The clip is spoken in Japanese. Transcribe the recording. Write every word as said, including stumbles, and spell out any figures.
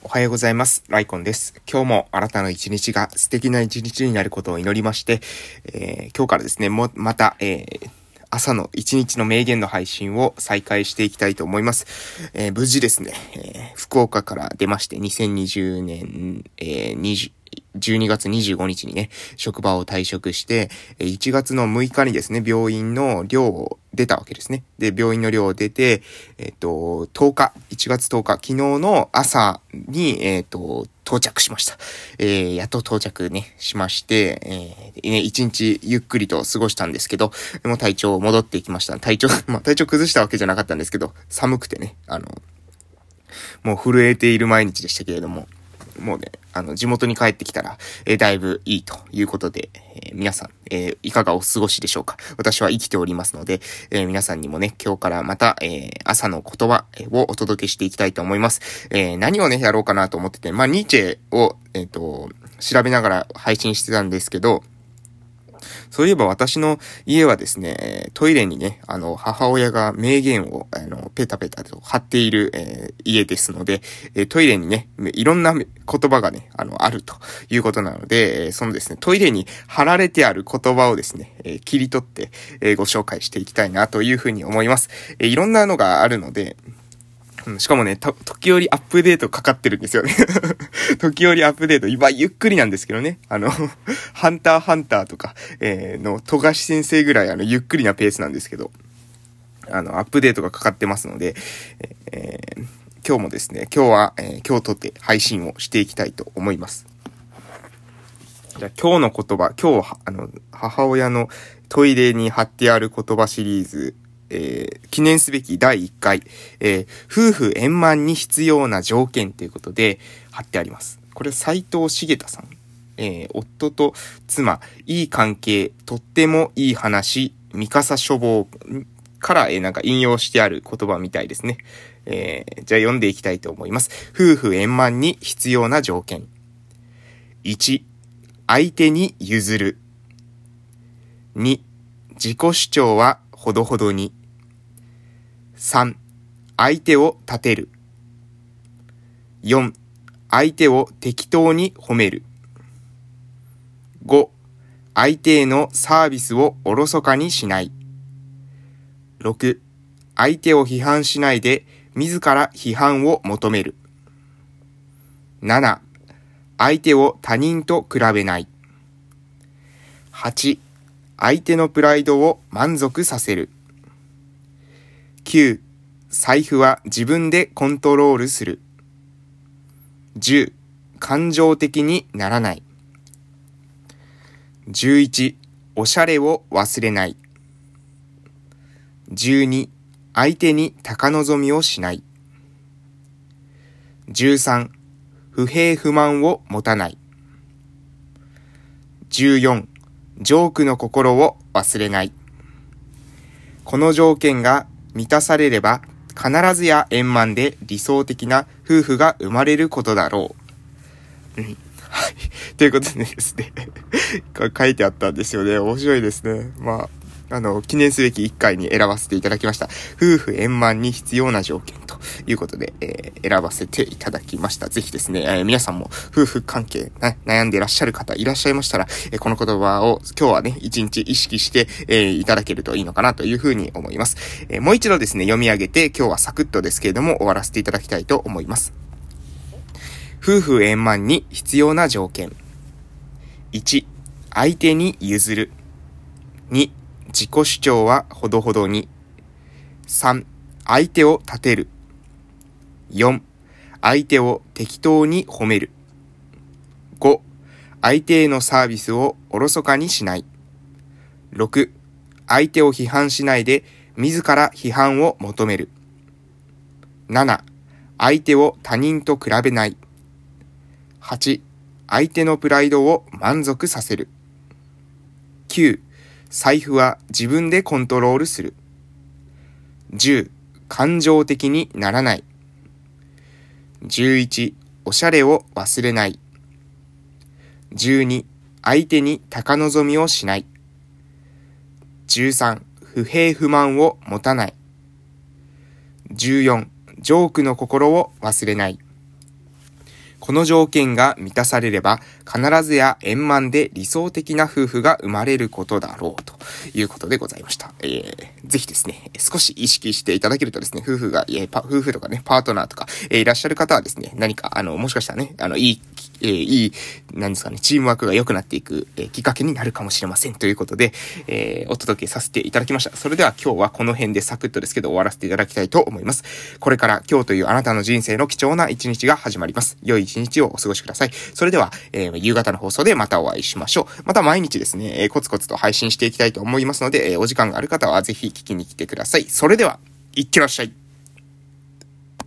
おはようございます。ライコンです。今日も新たな一日が素敵な一日になることを祈りまして、えー、今日からですね、も、また、えー、朝の一日の名言の配信を再開していきたいと思います。えー、無事ですね、えー、福岡から出まして、にせんにじゅうねん、えー、20じゅうにがつにじゅうごにちにね、職場を退職して、いちがつのむいかにですね、病院の寮を出たわけですね。で、病院の寮を出て、えっと、とおか、いちがつとおか、昨日の朝に、えっと、到着しました。えー、やっと到着ね、しまして、えー、ね、一日ゆっくりと過ごしたんですけど、でも体調戻ってきました。体調、まあ、体調崩したわけじゃなかったんですけど、寒くてね、あの、もう震えている毎日でしたけれども、もうね、あの、地元に帰ってきたら、えー、だいぶいいということで、えー、皆さん、えー、いかがお過ごしでしょうか。私は生きておりますので、えー、皆さんにもね、今日からまた、えー、朝の言葉をお届けしていきたいと思います。えー、何をね、やろうかなと思ってて、まあ、ニーチェを、えっと、調べながら配信してたんですけど、そういえば私の家はですね、トイレにね、あの、母親が名言を、あの、ペタペタと貼っている、えー、家ですので、えー、トイレにね、いろんな言葉がね、あの、あるということなので、そのですね、トイレに貼られてある言葉をですね、えー、切り取って、えー、ご紹介していきたいなというふうに思います。えー、いろんなのがあるので、しかもね、と、時折アップデートかかってるんですよね。時折アップデート、今ゆっくりなんですけどね。あの、ハンターハンターとか、えー、の、富樫先生ぐらいあの、ゆっくりなペースなんですけど、あの、アップデートがかかってますので、えー、今日もですね、今日は、えー、今日とって配信をしていきたいと思います。じゃあ今日の言葉、今日、あの、母親のトイレに貼ってある言葉シリーズ、えー、記念すべきだいいっかい、えー、夫婦円満に必要な条件ということで貼ってあります。これ斉藤茂太さん、えー、夫と妻、いい関係、とってもいい話、三笠書房から、えー、なんか引用してある言葉みたいですね。えー、じゃあ読んでいきたいと思います。夫婦円満に必要な条件。いち、相手に譲る。に、自己主張はほどほどに。さん、相手を立てる。よん、相手を適当に褒める。ご、相手へのサービスをおろそかにしない。ろく、相手を批判しないで自ら批判を求める。なな、相手を他人と比べない。はち、相手のプライドを満足させる。きゅう、財布は自分でコントロールする。じゅう、感情的にならない。じゅういち、おしゃれを忘れない。じゅうに、相手に高望みをしない。じゅうさん、不平不満を持たない。じゅうよん、ジョークの心を忘れない。この条件が満たされれば必ずや円満で理想的な夫婦が生まれることだろう。うん、はい。ということでですね書いてあったんですよね。面白いですね。まあ、あの、記念すべきいっかいに選ばせていただきました。夫婦円満に必要な条件ということで、えー、選ばせていただきました。ぜひですね、えー、皆さんも夫婦関係、ね、悩んでいらっしゃる方いらっしゃいましたら、えー、この言葉を今日はね、一日意識して、えー、いただけるといいのかなというふうに思います。えー、もう一度ですね、読み上げて、今日はサクッとですけれども終わらせていただきたいと思います。夫婦円満に必要な条件。いち、相手に譲る。に、自己主張はほどほどに。さん、相手を立てる。よん、相手を適当に褒める。ご、相手へのサービスをおろそかにしない。ろく、相手を批判しないで自ら批判を求める。なな、相手を他人と比べない。はち、相手のプライドを満足させる。きゅう、財布は自分でコントロールする。じゅう、感情的にならない。じゅういち、おしゃれを忘れない。じゅうに、相手に高望みをしない。じゅうさん、不平不満を持たない。じゅうよん、ジョークの心を忘れない。 この条件が満たされれば、必ずや円満で理想的な夫婦が生まれることだろうということでございました。えー、ぜひですね、少し意識していただけるとですね、夫婦が、えー、パ夫婦とかね、パートナーとか、えー、いらっしゃる方はですね、何か、あの、もしかしたらね、あの、いい、えー、いい、何ですかね、チームワークが良くなっていく、えー、きっかけになるかもしれませんということで、えー、お届けさせていただきました。それでは今日はこの辺でサクッとですけど終わらせていただきたいと思います。これから今日というあなたの人生の貴重な一日が始まります。良い一日をお過ごしください。それでは、えー、夕方の放送でまたお会いしましょう。また毎日ですね、えー、コツコツと配信していきたいと思いますので、えー、お時間がある方はぜひ聞きに来てください。それでは、いってらっしゃい。